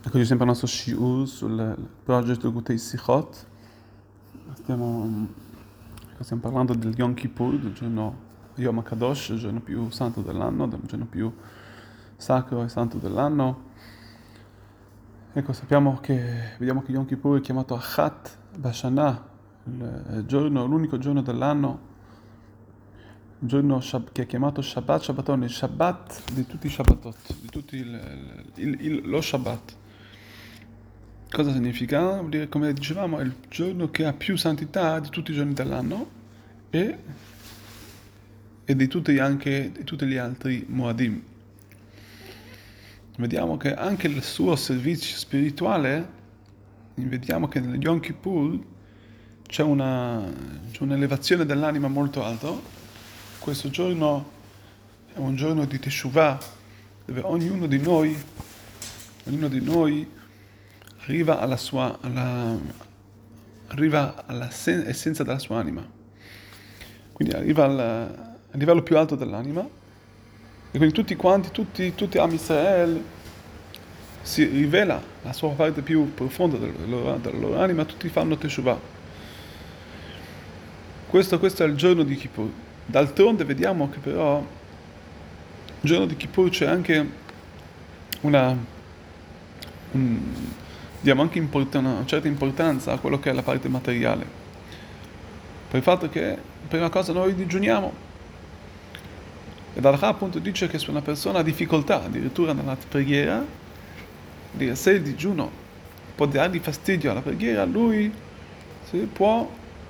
Eccoci sempre al nostro shiur sul project Gutei Sichot. Stiamo parlando del Yom Kippur, del giorno Yom HaKadosh, il giorno più santo dell'anno, del giorno più sacro e santo dell'anno. Ecco, vediamo che Yom Kippur è chiamato Achat Bashana, l'unico giorno dell'anno, il giorno che è chiamato Shabbat Shabbaton, il Shabbat di tutti i Shabbatot, di tutti lo Shabbat. Cosa significa? Vuol dire, come dicevamo, è il giorno che ha più santità di tutti i giorni dell'anno e, di tutti gli altri Moadim. Vediamo che anche il suo servizio spirituale, vediamo che nel Yom Kippur c'è un'elevazione dell'anima molto alta. Questo giorno è un giorno di Teshuvah, dove ognuno di noi arriva all'essenza della sua anima. Quindi arriva al livello più alto dell'anima. E quindi tutti Am Israel si rivela la sua parte più profonda della loro anima, tutti fanno Teshuvah. Questo è il giorno di Kippur. D'altronde vediamo che però il giorno di Kippur c'è anche diamo anche una certa importanza a quello che è la parte materiale. Per il fatto che, prima cosa, noi digiuniamo. E D'Alha appunto dice che se una persona ha difficoltà, addirittura nella preghiera, se il digiuno può dargli fastidio alla preghiera, lui può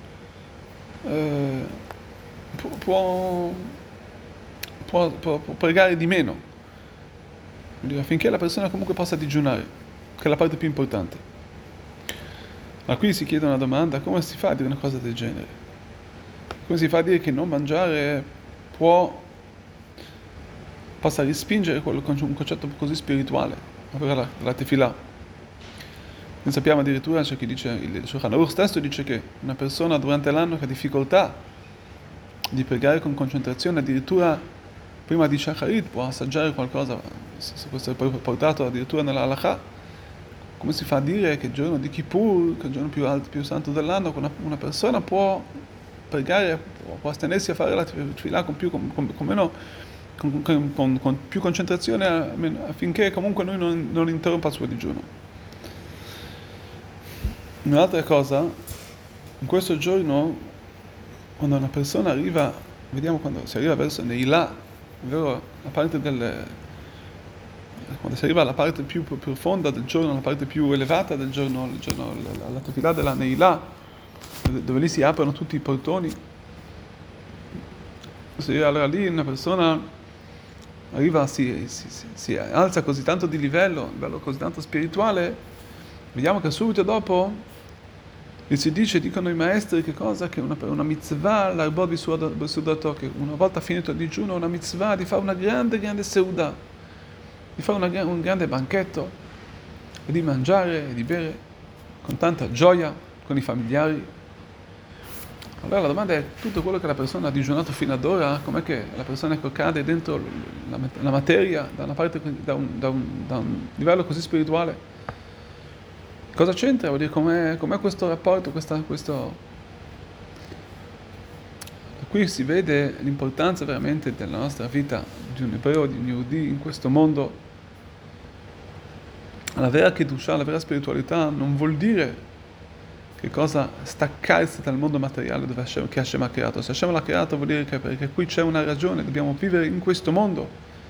pregare di meno, affinché la persona comunque possa digiunare, che è la parte più importante. Ma qui si chiede una domanda: come si fa a dire una cosa del genere? Come si fa a dire che non mangiare possa respingere un concetto così spirituale, ovvero la tefillah? Noi sappiamo addirittura, c'è chi dice, il Shulchan Aruch stesso dice che una persona durante l'anno che ha difficoltà di pregare con concentrazione, addirittura prima di Shacharit può assaggiare qualcosa, se questo è portato addirittura nella halakha. Come si fa a dire che il giorno di Kippur, che è il giorno più alto, più santo dell'anno, una persona può pregare, può astenersi a fare la tefillah con più concentrazione, affinché comunque noi non interrompa il suo digiuno. Un'altra cosa, in questo giorno, quando una persona arriva, vediamo quando si arriva verso Neilà, ovvero quando si arriva alla parte più profonda del giorno, alla parte più elevata del giorno, alla tefillah della Neilà, dove lì si aprono tutti i portoni. Allora lì una persona arriva, si alza così tanto di livello così tanto spirituale, vediamo che subito dopo dicono i maestri che cosa? Che una mitzvah, l'arbod bisudato, che una volta finito il digiuno, una mitzvah di fare una grande seuda, di fare un grande banchetto, e di mangiare e di bere con tanta gioia, con i familiari. Allora la domanda è: tutto quello che la persona ha digiunato fino ad ora, com'è che la persona cade dentro la materia da un livello così spirituale? Cosa c'entra? Vuol dire com'è questo rapporto, Qui si vede l'importanza veramente della nostra vita di un ebreo, di un Yehudi in questo mondo. La vera Kedusha, la vera spiritualità non vuol dire che cosa staccarsi dal mondo materiale che Hashem ha creato. Se Hashem l'ha creato vuol dire che perché qui c'è una ragione, dobbiamo vivere in questo mondo.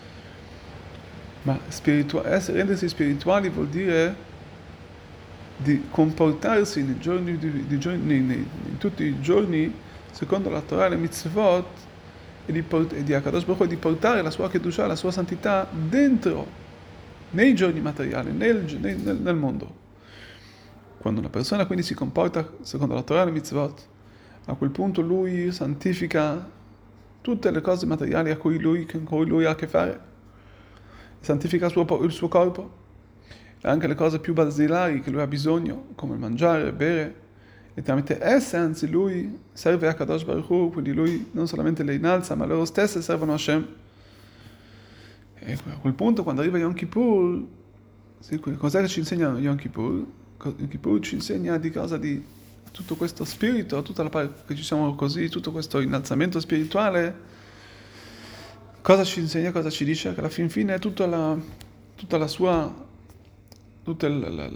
Ma rendersi spirituali vuol dire di comportarsi in tutti i giorni secondo la Torah e le mitzvot e di Akadosh Baruch Hu, di portare la sua Kedusha, la sua santità dentro, nei giorni materiali, nel mondo. Quando una persona quindi si comporta secondo la Torah e le mitzvot, a quel punto lui santifica tutte le cose materiali con cui lui ha a che fare, santifica il suo corpo, e anche le cose più basilari che lui ha bisogno, come mangiare, bere, e tramite esse, anzi, lui serve a Kadosh Baruch Hu, quindi lui non solamente le innalza, ma loro stesse servono a Hashem. E a quel punto, quando arriva Yom Kippur, Sì, cos'è che ci insegna Yom Kippur? Yom Kippur ci insegna di cosa di tutto questo spirito, tutta la parte che ci siamo così, tutto questo innalzamento spirituale. Cosa ci insegna, cosa ci dice? Che alla fin fine tutta la sua, tutta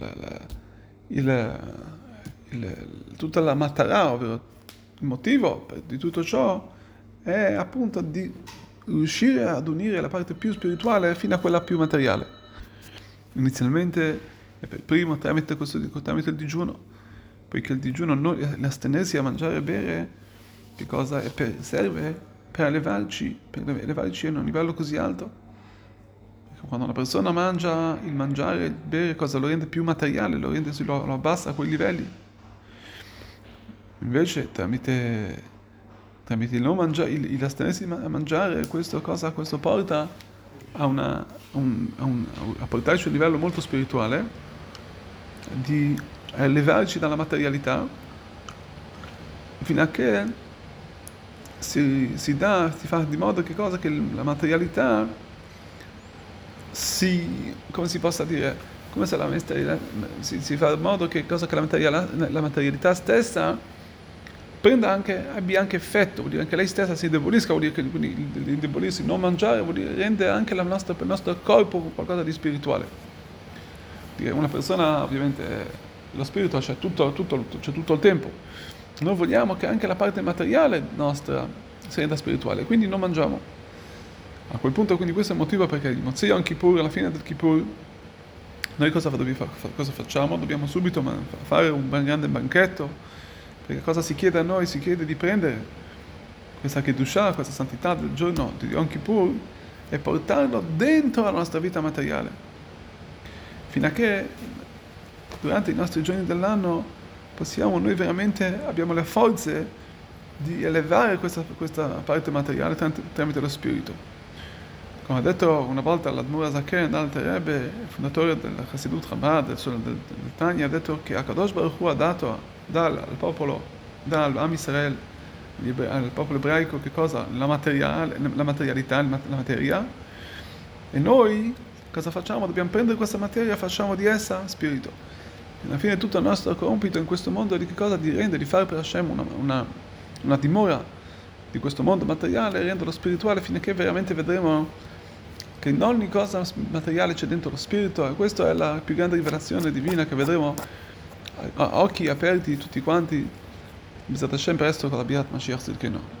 tutta la matarà, ovvero il motivo di tutto ciò è appunto di riuscire ad unire la parte più spirituale fino a quella più materiale. Inizialmente, per il primo, tramite il digiuno, poiché il digiuno, l'astenersi a mangiare e bere, che cosa è serve? Per elevarci a un livello così alto. Perché quando una persona mangia, il mangiare, il bere, cosa lo rende più materiale, lo abbassa a quei livelli. Invece, tramite il non mangiare, l'astenersi a mangiare, questo porta a portarci a un livello molto spirituale, a elevarci dalla materialità, fino a che si fa di modo che la materialità come si possa dire, come se si fa in modo che la materialità stessa abbia anche effetto, vuol dire anche lei stessa si indebolisca, vuol dire che quindi l'indebolirsi, non mangiare, vuol dire rende anche per il nostro corpo qualcosa di spirituale. Dire, una persona, ovviamente, lo spirito c'è tutto il tempo. Noi vogliamo che anche la parte materiale nostra sia renda spirituale, quindi non mangiamo. A quel punto, quindi questo è il motivo perché il Motzei Yom Kippur, alla fine del Kippur, noi cosa facciamo? Dobbiamo subito fare un grande banchetto, perché cosa si chiede a noi? Si chiede di prendere questa Kedushah, questa santità del giorno di Yom Kippur e portarlo dentro la nostra vita materiale, fino a che durante i nostri giorni dell'anno noi veramente abbiamo le forze di elevare questa parte materiale tramite lo spirito. Come ha detto una volta l'Admur HaZaken, l'Alter Rebbe, il fondatore della Chassidut Chabad, del Tanya, ha detto che Akadosh Baruch Hu dà al popolo, dà all'Am Israel, al popolo ebraico, che cosa? La materialità, la materia, e noi cosa facciamo? Dobbiamo prendere questa materia e facciamo di essa spirito. E alla fine tutto il nostro compito in questo mondo è di che cosa? Di fare per Hashem una dimora di questo mondo materiale, renderlo spirituale, fino a che veramente vedremo che in ogni cosa materiale c'è dentro lo spirito, e questa è la più grande rivelazione divina che vedremo a occhi aperti tutti quanti, B'ezrat Hashem presto con la Biat Mashiach Tzidkenu.